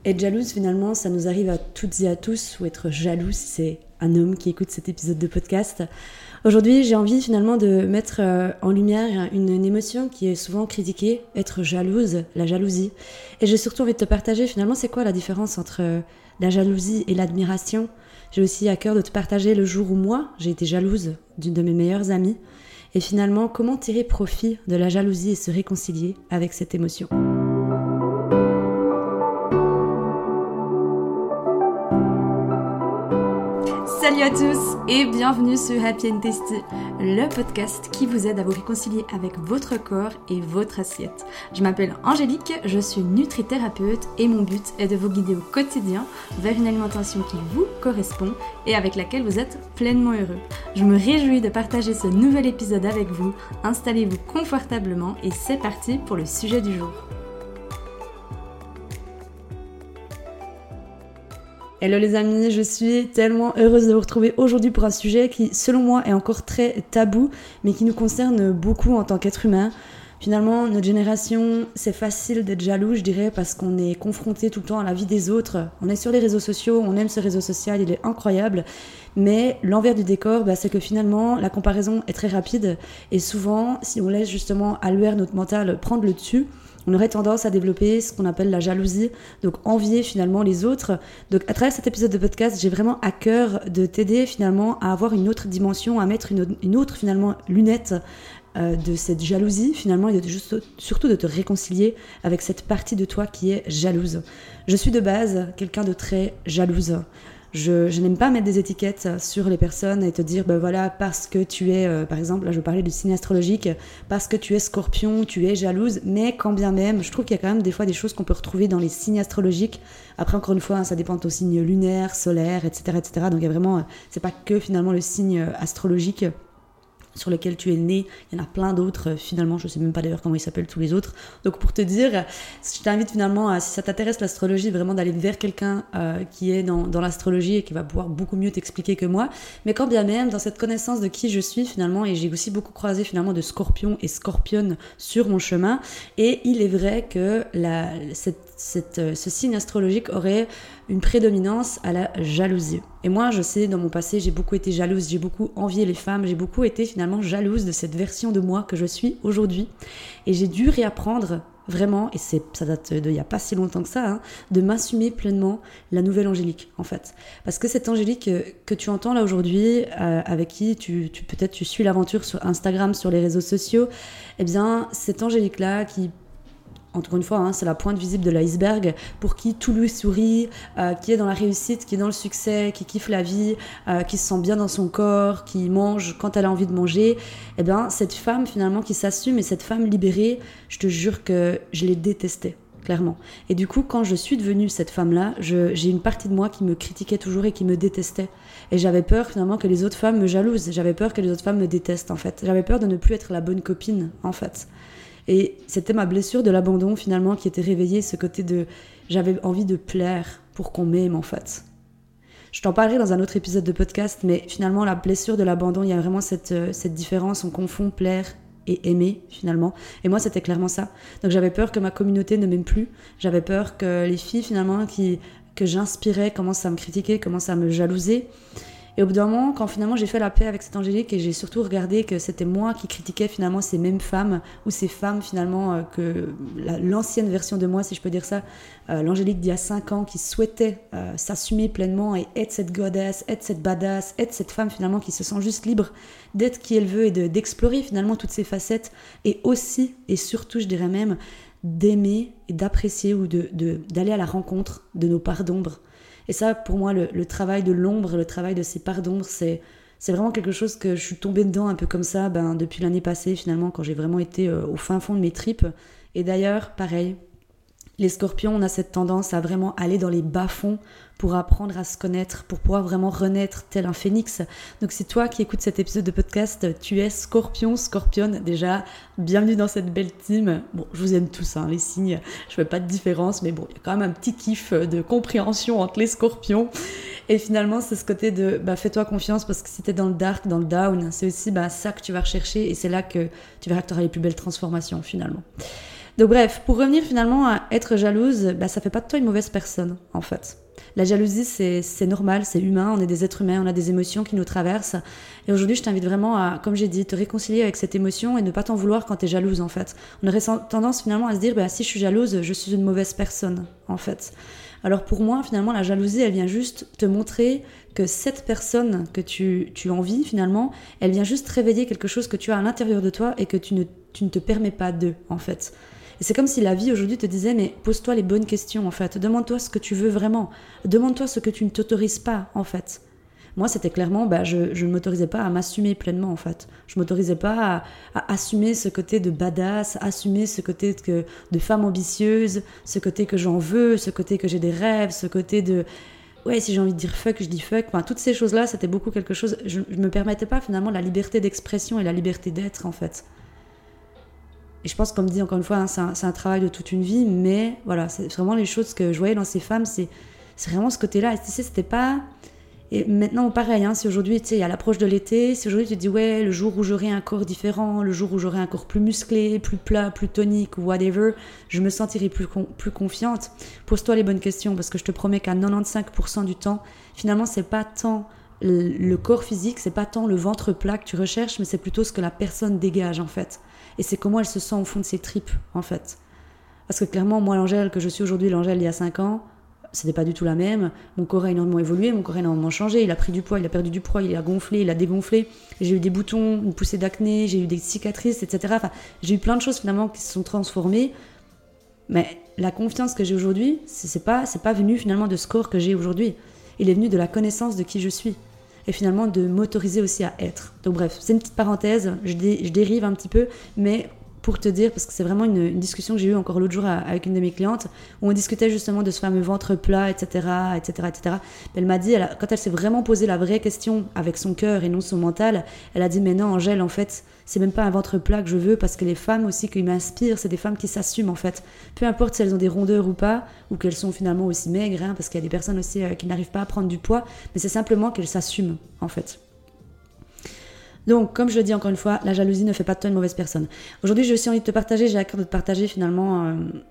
Être jalouse, finalement, ça nous arrive à toutes et à tous, ou être jaloux si c'est un homme qui écoute cet épisode de podcast. Aujourd'hui, j'ai envie finalement de mettre en lumière une émotion qui est souvent critiquée, être jalouse, la jalousie. Et j'ai surtout envie de te partager finalement c'est quoi la différence entre la jalousie et l'admiration. J'ai aussi à cœur de te partager le jour où moi, j'ai été jalouse d'une de mes meilleures amies. Et finalement, comment tirer profit de la jalousie et se réconcilier avec cette émotion. Salut à tous et bienvenue sur Happy and Tasty, le podcast qui vous aide à vous réconcilier avec votre corps et votre assiette. Je m'appelle Angélique, je suis nutrithérapeute et mon but est de vous guider au quotidien vers une alimentation qui vous correspond et avec laquelle vous êtes pleinement heureux. Je me réjouis de partager ce nouvel épisode avec vous, installez-vous confortablement et c'est parti pour le sujet du jour. Hello les amis, je suis tellement heureuse de vous retrouver aujourd'hui pour un sujet qui, selon moi, est encore très tabou, mais qui nous concerne beaucoup en tant qu'être humain. Finalement, notre génération, c'est facile d'être jaloux, je dirais, parce qu'on est confronté tout le temps à la vie des autres. On est sur les réseaux sociaux, on aime ce réseau social, il est incroyable. Mais l'envers du décor, c'est que finalement, la comparaison est très rapide. Et souvent, si on laisse justement à l'heure notre mental prendre le dessus, on aurait tendance à développer ce qu'on appelle la jalousie, donc envier finalement les autres. Donc à travers cet épisode de podcast, j'ai vraiment à cœur de t'aider finalement à avoir une autre dimension, à mettre une autre finalement lunette de cette jalousie finalement et surtout de te réconcilier avec cette partie de toi qui est jalouse. Je suis de base quelqu'un de très jalouse. Je n'aime pas mettre des étiquettes sur les personnes et te dire voilà, parce que tu es par exemple là je parlais du signe astrologique, parce que tu es Scorpion tu es jalouse, mais quand bien même je trouve qu'il y a quand même des fois des choses qu'on peut retrouver dans les signes astrologiques. Après encore une fois ça dépend de ton signe lunaire, solaire, etc. Donc il y a vraiment c'est pas que finalement le signe astrologique sur lequel tu es né, il y en a plein d'autres finalement, je sais même pas d'ailleurs comment ils s'appellent tous les autres. Donc pour te dire, je t'invite finalement, si ça t'intéresse l'astrologie, vraiment d'aller vers quelqu'un qui est dans l'astrologie et qui va pouvoir beaucoup mieux t'expliquer que moi. Mais quand bien même, dans cette connaissance de qui je suis finalement, et j'ai aussi beaucoup croisé finalement de scorpions et scorpionnes sur mon chemin, et il est vrai que ce signe astrologique aurait une prédominance à la jalousie. Et moi, je sais, dans mon passé, j'ai beaucoup été jalouse, j'ai beaucoup envié les femmes, j'ai beaucoup été finalement jalouse de cette version de moi que je suis aujourd'hui. Et j'ai dû réapprendre vraiment, et ça date d'il n'y a pas si longtemps que ça, de m'assumer pleinement la nouvelle Angélique, en fait. Parce que cette Angélique que tu entends là aujourd'hui, avec qui peut-être tu suis l'aventure sur Instagram, sur les réseaux sociaux, eh bien, cette Angélique-là qui encore une fois, c'est la pointe visible de l'iceberg, pour qui tout lui sourit, qui est dans la réussite, qui est dans le succès, qui kiffe la vie, qui se sent bien dans son corps, qui mange quand elle a envie de manger. Eh bien, cette femme finalement qui s'assume et cette femme libérée, je te jure que je l'ai détestée, clairement. Et du coup, quand je suis devenue cette femme-là, j'ai une partie de moi qui me critiquait toujours et qui me détestait. Et j'avais peur finalement que les autres femmes me jalousent, j'avais peur que les autres femmes me détestent en fait. J'avais peur de ne plus être la bonne copine en fait. Et c'était ma blessure de l'abandon finalement qui était réveillée, ce côté de j'avais envie de plaire pour qu'on m'aime en fait. Je t'en parlerai dans un autre épisode de podcast, mais finalement la blessure de l'abandon, il y a vraiment cette différence, on confond plaire et aimer finalement. Et moi c'était clairement ça. Donc j'avais peur que ma communauté ne m'aime plus, j'avais peur que les filles finalement que j'inspirais commencent à me critiquer, commencent à me jalouser. Et au bout d'un moment, quand finalement j'ai fait la paix avec cette Angélique et j'ai surtout regardé que c'était moi qui critiquais finalement ces mêmes femmes, ou ces femmes finalement que l'ancienne version de moi, si je peux dire ça, l'Angélique d'il y a 5 ans qui souhaitait s'assumer pleinement et être cette goddess, être cette badass, être cette femme finalement qui se sent juste libre d'être qui elle veut et d'explorer finalement toutes ses facettes, et aussi et surtout je dirais même d'aimer et d'apprécier ou d'aller à la rencontre de nos parts d'ombre. Et ça, pour moi, le travail de l'ombre, le travail de ces parts d'ombre, c'est vraiment quelque chose que je suis tombée dedans un peu comme ça depuis l'année passée, finalement, quand j'ai vraiment été au fin fond de mes tripes. Et d'ailleurs, pareil, les scorpions, on a cette tendance à vraiment aller dans les bas-fonds pour apprendre à se connaître, pour pouvoir vraiment renaître tel un phénix. Donc si toi qui écoutes cet épisode de podcast, tu es scorpion, scorpionne, déjà, bienvenue dans cette belle team. Bon, je vous aime tous, les signes, je fais pas de différence, mais bon, il y a quand même un petit kiff de compréhension entre les scorpions. Et finalement, c'est ce côté de fais-toi confiance, parce que si t'es dans le dark, dans le down, c'est aussi ça que tu vas rechercher, et c'est là que tu verras que tu auras les plus belles transformations finalement. Donc bref, pour revenir finalement à être jalouse, bah, ça fait pas de toi une mauvaise personne, en fait. La jalousie, c'est normal, c'est humain, on est des êtres humains, on a des émotions qui nous traversent. Et aujourd'hui, je t'invite vraiment à, comme j'ai dit, te réconcilier avec cette émotion et ne pas t'en vouloir quand t'es jalouse, en fait. On aurait tendance finalement à se dire, bah, si je suis jalouse, je suis une mauvaise personne, en fait. Alors pour moi, finalement, la jalousie, elle vient juste te montrer que cette personne que tu envies, finalement, elle vient juste réveiller quelque chose que tu as à l'intérieur de toi et que tu ne te permets pas d'eux, en fait. Et c'est comme si la vie aujourd'hui te disait, mais pose-toi les bonnes questions, en fait. Demande-toi ce que tu veux vraiment. Demande-toi ce que tu ne t'autorises pas, en fait. Moi, c'était clairement, bah, je ne m'autorisais pas à m'assumer pleinement, en fait. Je ne m'autorisais pas à assumer ce côté de badass, assumer ce côté de femme ambitieuse, ce côté que j'en veux, ce côté que j'ai des rêves, ce côté de... Ouais, si j'ai envie de dire fuck, je dis fuck. Enfin, toutes ces choses-là, c'était beaucoup quelque chose... Je ne me permettais pas, finalement, la liberté d'expression et la liberté d'être, en fait. Et je pense, comme dit encore une fois, hein, c'est un travail de toute une vie, mais voilà, c'est vraiment les choses que je voyais dans ces femmes, c'est vraiment ce côté-là. Et tu sais, c'était pas... Et maintenant, pareil, hein, si aujourd'hui, tu sais, il y a l'approche de l'été, si aujourd'hui tu te dis, ouais, le jour où j'aurai un corps différent, le jour où j'aurai un corps plus musclé, plus plat, plus tonique, ou whatever, je me sentirai plus confiante, pose-toi les bonnes questions, parce que je te promets qu'à 95% du temps, finalement, c'est pas tant le corps physique, c'est pas tant le ventre plat que tu recherches, mais c'est plutôt ce que la personne dégage, en fait. Et c'est comment elle se sent au fond de ses tripes, en fait. Parce que clairement, moi, l'Angèle que je suis aujourd'hui, l'Angèle il y a 5 ans, c'était pas du tout la même. Mon corps a énormément évolué, mon corps a énormément changé. Il a pris du poids, il a perdu du poids, il a gonflé, il a dégonflé. J'ai eu des boutons, une poussée d'acné, j'ai eu des cicatrices, etc. Enfin, j'ai eu plein de choses finalement qui se sont transformées. Mais la confiance que j'ai aujourd'hui, c'est pas venu finalement de ce corps que j'ai aujourd'hui. Il est venu de la connaissance de qui je suis. Et finalement de m'autoriser aussi à être. Donc bref, c'est une petite parenthèse, je dérive un petit peu, mais pour te dire, parce que c'est vraiment une discussion que j'ai eue encore l'autre jour avec une de mes clientes, où on discutait justement de ce fameux ventre plat, etc., etc., etc. Elle m'a dit, quand elle s'est vraiment posé la vraie question avec son cœur et non son mental, elle a dit, mais non, Angèle, en fait, c'est même pas un ventre plat que je veux, parce que les femmes aussi qui m'inspirent, c'est des femmes qui s'assument, en fait. Peu importe si elles ont des rondeurs ou pas, ou qu'elles sont finalement aussi maigres, hein, parce qu'il y a des personnes aussi qui n'arrivent pas à prendre du poids, mais c'est simplement qu'elles s'assument, en fait. Donc, comme je le dis encore une fois, la jalousie ne fait pas de toi une mauvaise personne. Aujourd'hui, j'ai aussi envie de te partager, j'ai à cœur de te partager finalement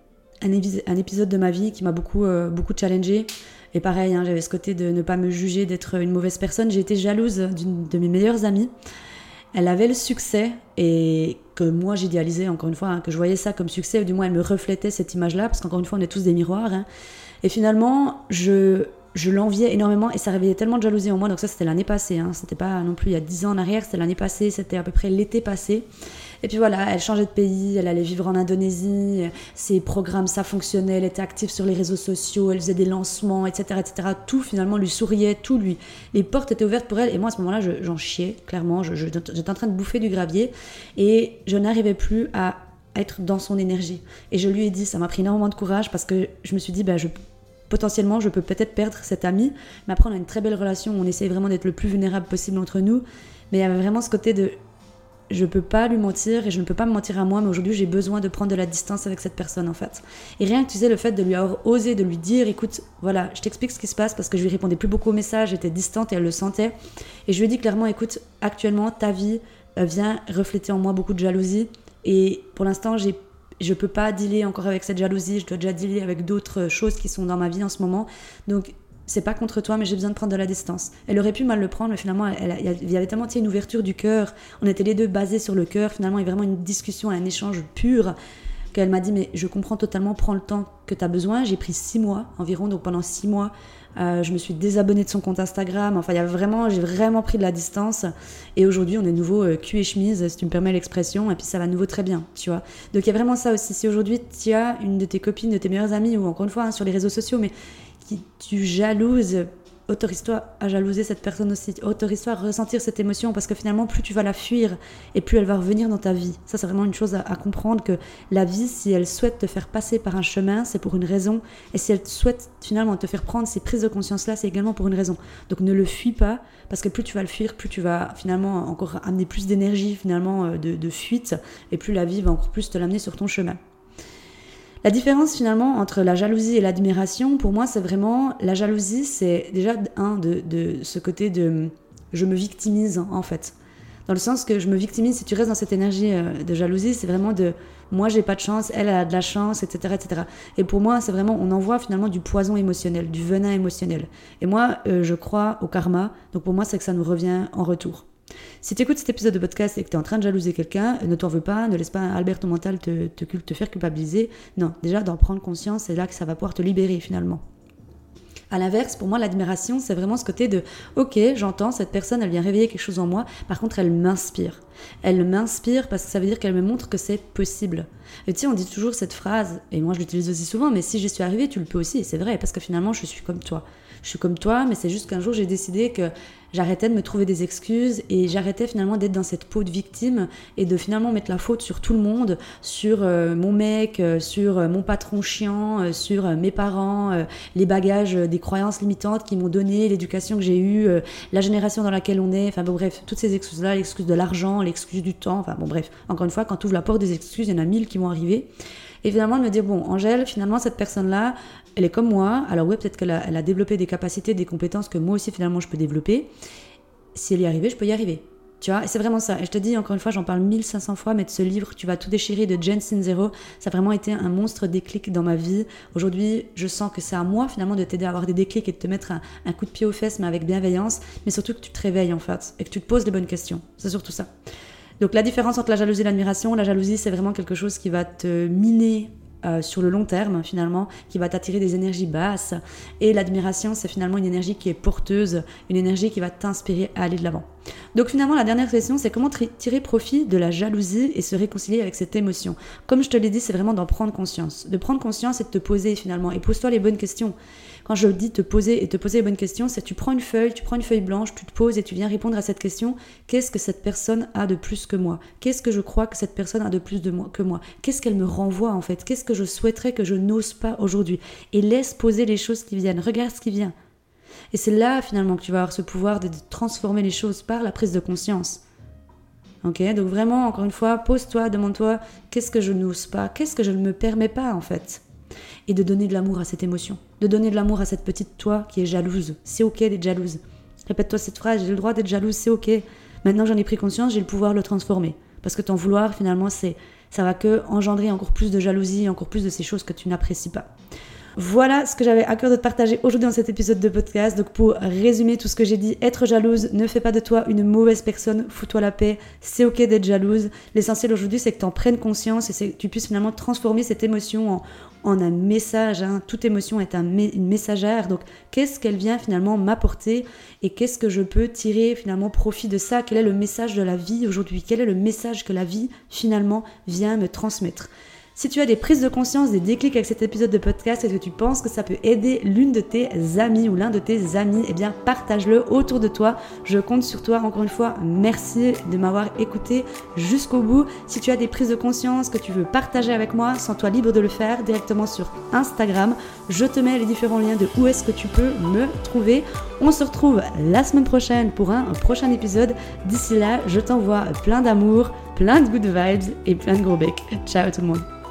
un épisode de ma vie qui m'a beaucoup challengée. Et pareil, hein, j'avais ce côté de ne pas me juger d'être une mauvaise personne. J'ai été jalouse d'une de mes meilleures amies. Elle avait le succès et que moi j'idéalisais encore une fois, hein, que je voyais ça comme succès, ou du moins elle me reflétait cette image-là, parce qu'encore une fois on est tous des miroirs. Hein. Et finalement, je l'enviais énormément et ça réveillait tellement de jalousie en moi. Donc ça, c'était l'année passée, hein. C'était pas non plus il y a 10 ans en arrière, c'était l'année passée, c'était à peu près l'été passé. Et puis voilà, elle changeait de pays, elle allait vivre en Indonésie, ses programmes, ça fonctionnait, elle était active sur les réseaux sociaux, elle faisait des lancements, etc., etc. Tout finalement lui souriait, tout lui. Les portes étaient ouvertes pour elle et moi à ce moment-là, j'en chiais, clairement. J'étais en train de bouffer du gravier et je n'arrivais plus à être dans son énergie. Et je lui ai dit, ça m'a pris énormément de courage parce que je me suis dit, potentiellement, je peux peut-être perdre cette amie, mais après, on a une très belle relation, on essaye vraiment d'être le plus vulnérable possible entre nous, mais il y avait vraiment ce côté de je peux pas lui mentir et je ne peux pas me mentir à moi, mais aujourd'hui, j'ai besoin de prendre de la distance avec cette personne, en fait. Et rien que, tu sais, le fait de lui avoir osé, de lui dire, écoute, voilà, je t'explique ce qui se passe, parce que je lui répondais plus beaucoup aux messages, j'étais distante et elle le sentait, et je lui ai dit clairement, écoute, actuellement, ta vie vient refléter en moi beaucoup de jalousie, et pour l'instant, je peux pas dealer encore avec cette jalousie, je dois déjà dealer avec d'autres choses qui sont dans ma vie en ce moment. Donc, c'est pas contre toi, mais j'ai besoin de prendre de la distance. Elle aurait pu mal le prendre, mais finalement, il y avait tellement une ouverture du cœur. On était les deux basés sur le cœur. Finalement, il y avait vraiment une discussion, un échange pur. Qu'elle m'a dit, mais je comprends totalement, prends le temps que tu as besoin. J'ai pris 6 mois environ, donc pendant 6 mois, je me suis désabonnée de son compte Instagram. Enfin, j'ai vraiment pris de la distance. Et aujourd'hui, on est nouveau cul et chemise, si tu me permets l'expression, et puis ça va nouveau très bien, tu vois. Donc il y a vraiment ça aussi. Si aujourd'hui, tu as une de tes copines, de tes meilleures amies, ou encore une fois, hein, sur les réseaux sociaux, mais qui tu jalouses, autorise-toi à jalouser cette personne aussi, autorise-toi à ressentir cette émotion, parce que finalement, plus tu vas la fuir et plus elle va revenir dans ta vie. Ça, c'est vraiment une chose à comprendre, que la vie, si elle souhaite te faire passer par un chemin, c'est pour une raison, et si elle souhaite finalement te faire prendre ces prises de conscience-là, c'est également pour une raison. Donc ne le fuis pas, parce que plus tu vas le fuir, plus tu vas finalement encore amener plus d'énergie finalement de fuite, et plus la vie va encore plus te l'amener sur ton chemin. La différence finalement entre la jalousie et l'admiration, pour moi, c'est vraiment... La jalousie, c'est déjà de ce côté de... Je me victimise, en fait. Dans le sens que je me victimise, si tu restes dans cette énergie de jalousie, c'est vraiment de moi j'ai pas de chance, elle a de la chance, etc., etc. Et pour moi, c'est vraiment, on envoie finalement du poison émotionnel, du venin émotionnel. Et moi, je crois au karma, donc pour moi, c'est que ça nous revient en retour. Si tu écoutes cet épisode de podcast et que tu es en train de jalouser quelqu'un, ne t'en veux pas, ne laisse pas Albert ton mental te faire culpabiliser. Non, déjà d'en prendre conscience, c'est là que ça va pouvoir te libérer finalement. À l'inverse, pour moi, l'admiration, c'est vraiment ce côté de « Ok, j'entends, cette personne, elle vient réveiller quelque chose en moi. Par contre, elle m'inspire. Elle m'inspire parce que ça veut dire qu'elle me montre que c'est possible. » Et tu sais, on dit toujours cette phrase, et moi je l'utilise aussi souvent, mais si j'y suis arrivée, tu le peux aussi. Et c'est vrai, parce que finalement, je suis comme toi. Je suis comme toi, mais c'est juste qu'un jour, j'ai décidé que j'arrêtais de me trouver des excuses et j'arrêtais finalement d'être dans cette peau de victime et de finalement mettre la faute sur tout le monde, sur mon mec, sur mon patron chiant, sur mes parents, les bagages des croyances limitantes qui m'ont donné, l'éducation que j'ai eue, la génération dans laquelle on est, enfin bon bref, toutes ces excuses-là, l'excuse de l'argent, l'excuse du temps, enfin bon bref, encore une fois, quand tu ouvres la porte des excuses, il y en a 1000 qui vont arriver. Et finalement de me dire, bon, Angèle, finalement cette personne-là, elle est comme moi, alors ouais, peut-être qu'elle a développé des capacités, des compétences que moi aussi finalement je peux développer. Si elle y est arrivée, je peux y arriver. Tu vois, et c'est vraiment ça. Et je te dis, encore une fois, j'en parle 1500 fois, mais de ce livre, Tu vas tout déchirer, de Jen Sincero, ça a vraiment été un monstre déclic dans ma vie. Aujourd'hui, je sens que c'est à moi, finalement, de t'aider à avoir des déclics et de te mettre un coup de pied aux fesses, mais avec bienveillance, mais surtout que tu te réveilles, en fait, et que tu te poses les bonnes questions. C'est surtout ça. Donc, la différence entre la jalousie et l'admiration, la jalousie, c'est vraiment quelque chose qui va te miner sur le long terme finalement, qui va t'attirer des énergies basses, et l'admiration c'est finalement une énergie qui est porteuse, une énergie qui va t'inspirer à aller de l'avant. Donc finalement la dernière question c'est comment tirer profit de la jalousie et se réconcilier avec cette émotion. Comme je te l'ai dit, c'est vraiment d'en prendre conscience, de prendre conscience et de te poser finalement, et pose-toi les bonnes questions. Quand je dis te poser les bonnes questions, c'est tu prends une feuille blanche, tu te poses et tu viens répondre à cette question. Qu'est-ce que cette personne a de plus que moi? Qu'est-ce que je crois que cette personne a de plus que moi? Qu'est-ce qu'elle me renvoie en fait? Qu'est-ce que je souhaiterais que je n'ose pas aujourd'hui? Et laisse poser les choses qui viennent. Regarde ce qui vient. Et c'est là finalement que tu vas avoir ce pouvoir de transformer les choses par la prise de conscience. Ok, donc vraiment, encore une fois, pose-toi, demande-toi, qu'est-ce que je n'ose pas? Qu'est-ce que je ne me permets pas en fait? Et de donner de l'amour à cette émotion, de donner de l'amour à cette petite toi qui est jalouse. C'est ok d'être jalouse. Répète-toi cette phrase, j'ai le droit d'être jalouse, c'est ok. Maintenant j'en ai pris conscience, j'ai le pouvoir de le transformer. Parce que t'en vouloir, finalement, ça va que engendrer encore plus de jalousie, encore plus de ces choses que tu n'apprécies pas. Voilà ce que j'avais à cœur de te partager aujourd'hui dans cet épisode de podcast. Donc pour résumer tout ce que j'ai dit, être jalouse ne fait pas de toi une mauvaise personne, fous-toi la paix, c'est ok d'être jalouse. L'essentiel aujourd'hui c'est que tu en prennes conscience et que tu puisses finalement transformer cette émotion en un message. Toute émotion est une messagère, donc qu'est-ce qu'elle vient finalement m'apporter et qu'est-ce que je peux tirer finalement profit de ça? Quel est le message de la vie aujourd'hui? Quel est le message que la vie finalement vient me transmettre? Si tu as des prises de conscience, des déclics avec cet épisode de podcast et que tu penses que ça peut aider l'une de tes amies ou l'un de tes amis, eh bien partage-le autour de toi. Je compte sur toi. Encore une fois, merci de m'avoir écouté jusqu'au bout. Si tu as des prises de conscience que tu veux partager avec moi, sens-toi libre de le faire directement sur Instagram. Je te mets les différents liens de où est-ce que tu peux me trouver. On se retrouve la semaine prochaine pour un prochain épisode. D'ici là, je t'envoie plein d'amour, plein de good vibes et plein de gros becs. Ciao tout le monde.